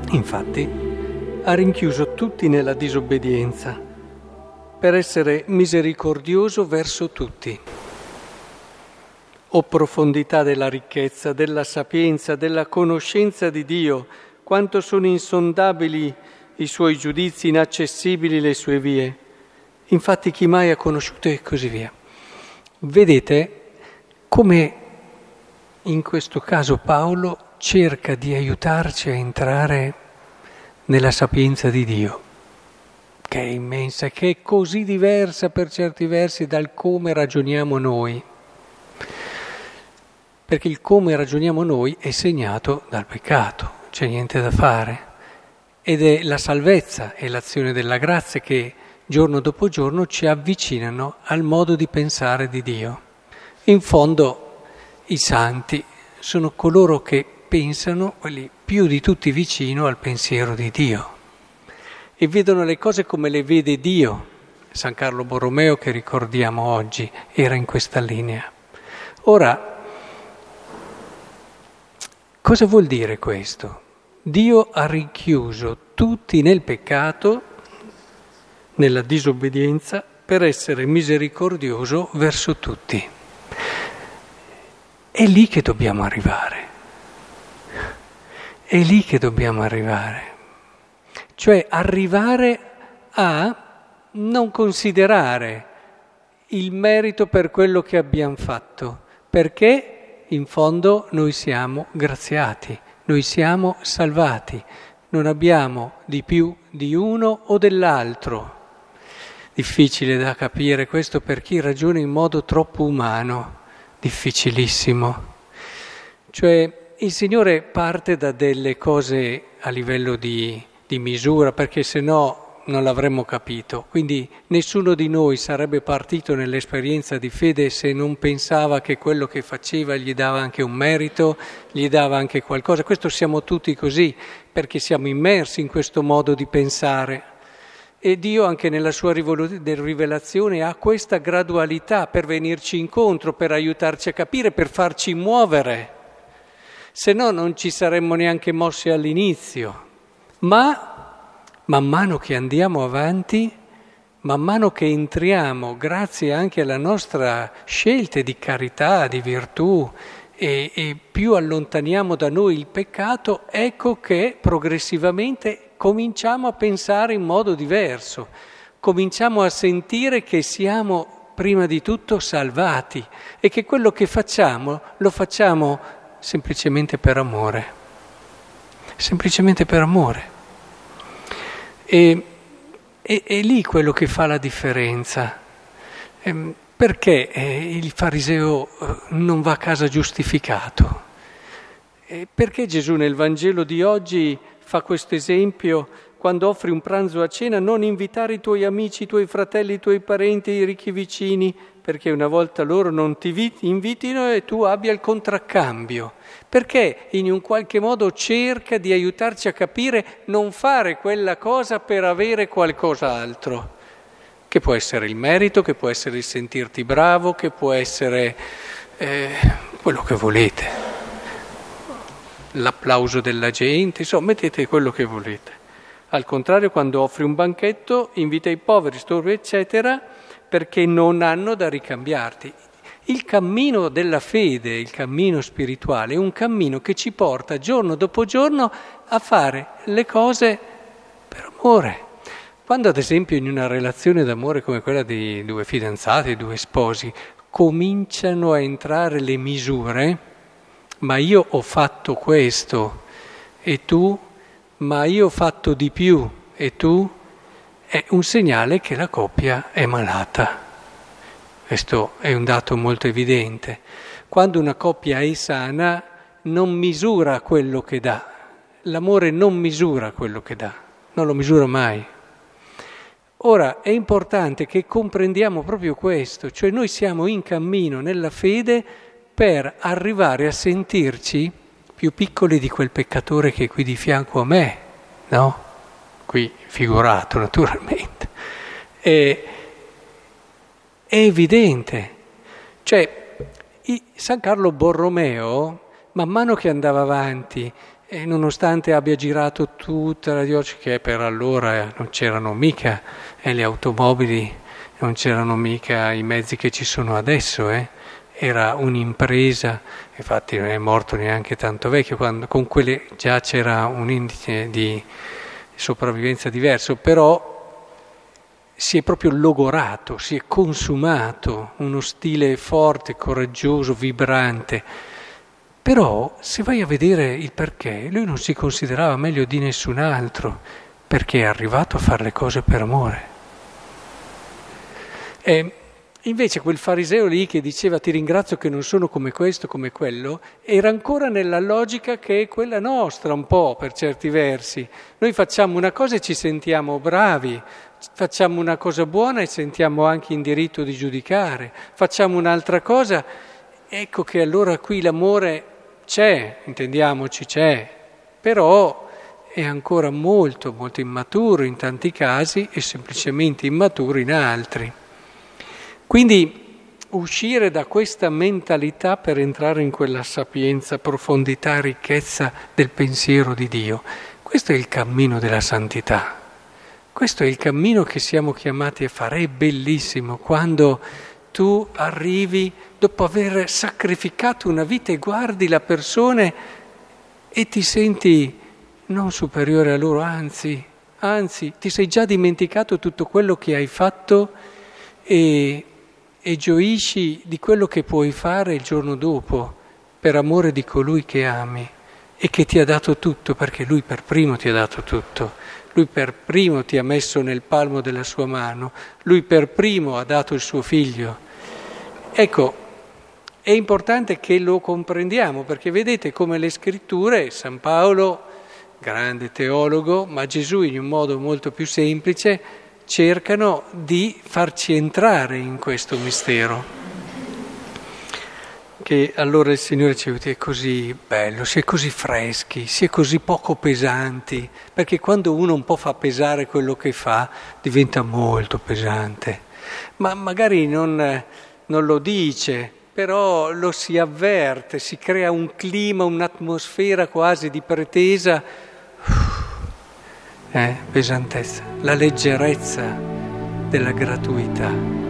Infatti, ha rinchiuso tutti nella disobbedienza per essere misericordioso verso tutti. O profondità della ricchezza, della sapienza, della conoscenza di Dio, quanto sono insondabili i suoi giudizi, inaccessibili le sue vie. Infatti chi mai ha conosciuto e così via. Vedete come in questo caso Paolo cerca di aiutarci a entrare nella sapienza di Dio, che è immensa, che è così diversa per certi versi dal come ragioniamo noi. Perché il come ragioniamo noi è segnato dal peccato, c'è niente da fare. Ed è la salvezza e l'azione della grazia che giorno dopo giorno ci avvicinano al modo di pensare di Dio. In fondo i santi sono coloro che pensano, quelli più di tutti vicino al pensiero di Dio, e vedono le cose come le vede Dio. San Carlo Borromeo, che ricordiamo oggi, era in questa linea. Ora, cosa vuol dire questo? Dio ha rinchiuso tutti nel peccato, nella disobbedienza, per essere misericordioso verso tutti. È lì che dobbiamo arrivare. È lì che dobbiamo arrivare. Cioè arrivare a non considerare il merito per quello che abbiamo fatto, perché in fondo noi siamo graziati, noi siamo salvati, non abbiamo di più di uno o dell'altro. Difficile da capire questo per chi ragiona in modo troppo umano, difficilissimo. Cioè il Signore parte da delle cose a livello di misura, perché se no non l'avremmo capito. Quindi nessuno di noi sarebbe partito nell'esperienza di fede se non pensava che quello che faceva gli dava anche un merito, gli dava anche qualcosa. Questo siamo tutti così, perché siamo immersi in questo modo di pensare. E Dio anche nella sua rivelazione ha questa gradualità per venirci incontro, per aiutarci a capire, per farci muovere. Se no non ci saremmo neanche mossi all'inizio. Ma man mano che andiamo avanti, man mano che entriamo, grazie anche alla nostra scelta di carità, di virtù, e più allontaniamo da noi il peccato, ecco che progressivamente cominciamo a pensare in modo diverso, cominciamo a sentire che siamo prima di tutto salvati e che quello che facciamo lo facciamo semplicemente per amore, semplicemente per amore. E è lì quello che fa la differenza. Perché il fariseo non va a casa giustificato? Perché Gesù nel Vangelo di oggi fa questo esempio: quando offri un pranzo a cena non invitare i tuoi amici, i tuoi fratelli, i tuoi parenti, i ricchi vicini, perché una volta loro non ti invitino e tu abbia il contraccambio. Perché in un qualche modo cerca di aiutarci a capire non fare quella cosa per avere qualcos'altro, che può essere il merito, che può essere il sentirti bravo, che può essere quello che volete, l'applauso della gente, insomma mettete quello che volete. Al contrario, quando offri un banchetto invita i poveri, storpi eccetera, perché non hanno da ricambiarti. Il cammino della fede, il cammino spirituale, è un cammino che ci porta giorno dopo giorno a fare le cose per amore. Quando ad esempio in una relazione d'amore come quella di due fidanzati, due sposi, cominciano a entrare le misure, ma io ho fatto questo e tu, ma io ho fatto di più e tu, è un segnale che la coppia è malata. Questo è un dato molto evidente. Quando una coppia è sana non misura quello che dà. L'amore non misura quello che dà, non lo misura mai. Ora è importante che comprendiamo proprio questo, cioè noi siamo in cammino nella fede per arrivare a sentirci più piccoli di quel peccatore che è qui di fianco a me, no? Qui figurato naturalmente. È evidente, cioè San Carlo Borromeo, man mano che andava avanti E nonostante abbia girato tutta la diocesi, che per allora non c'erano mica le automobili, non c'erano mica i mezzi che ci sono adesso, era un'impresa, infatti non è morto neanche tanto vecchio, quando con quelle già c'era un indice di sopravvivenza diverso, però si è proprio logorato, si è consumato uno stile forte, coraggioso, vibrante. Però se vai a vedere il perché, lui non si considerava meglio di nessun altro, perché è arrivato a fare le cose per amore. E invece quel fariseo lì che diceva ti ringrazio che non sono come questo, come quello, era ancora nella logica che è quella nostra un po' per certi versi. Noi facciamo una cosa e ci sentiamo bravi, facciamo una cosa buona e sentiamo anche in diritto di giudicare, facciamo un'altra cosa, ecco che allora qui l'amore c'è, intendiamoci c'è, però è ancora molto, molto immaturo in tanti casi e semplicemente immaturo in altri. Quindi uscire da questa mentalità per entrare in quella sapienza, profondità, ricchezza del pensiero di Dio, questo è il cammino della santità, questo è il cammino che siamo chiamati a fare, è bellissimo quando tu arrivi dopo aver sacrificato una vita e guardi la persona e ti senti non superiore a loro, anzi, ti sei già dimenticato tutto quello che hai fatto e gioisci di quello che puoi fare il giorno dopo per amore di colui che ami e che ti ha dato tutto, perché lui per primo ti ha dato tutto, lui per primo ti ha messo nel palmo della sua mano, lui per primo ha dato il suo figlio. Ecco, è importante che lo comprendiamo, perché vedete come le scritture, San Paolo, grande teologo, ma Gesù in un modo molto più semplice, cercano di farci entrare in questo mistero. Che allora il Signore ci aiuti, è così bello, si è così freschi, si è così poco pesanti, perché quando uno un po' fa pesare quello che fa, diventa molto pesante. Ma magari non lo dice, però lo si avverte, si crea un clima, un'atmosfera quasi di pretesa, pesantezza, la leggerezza della gratuità.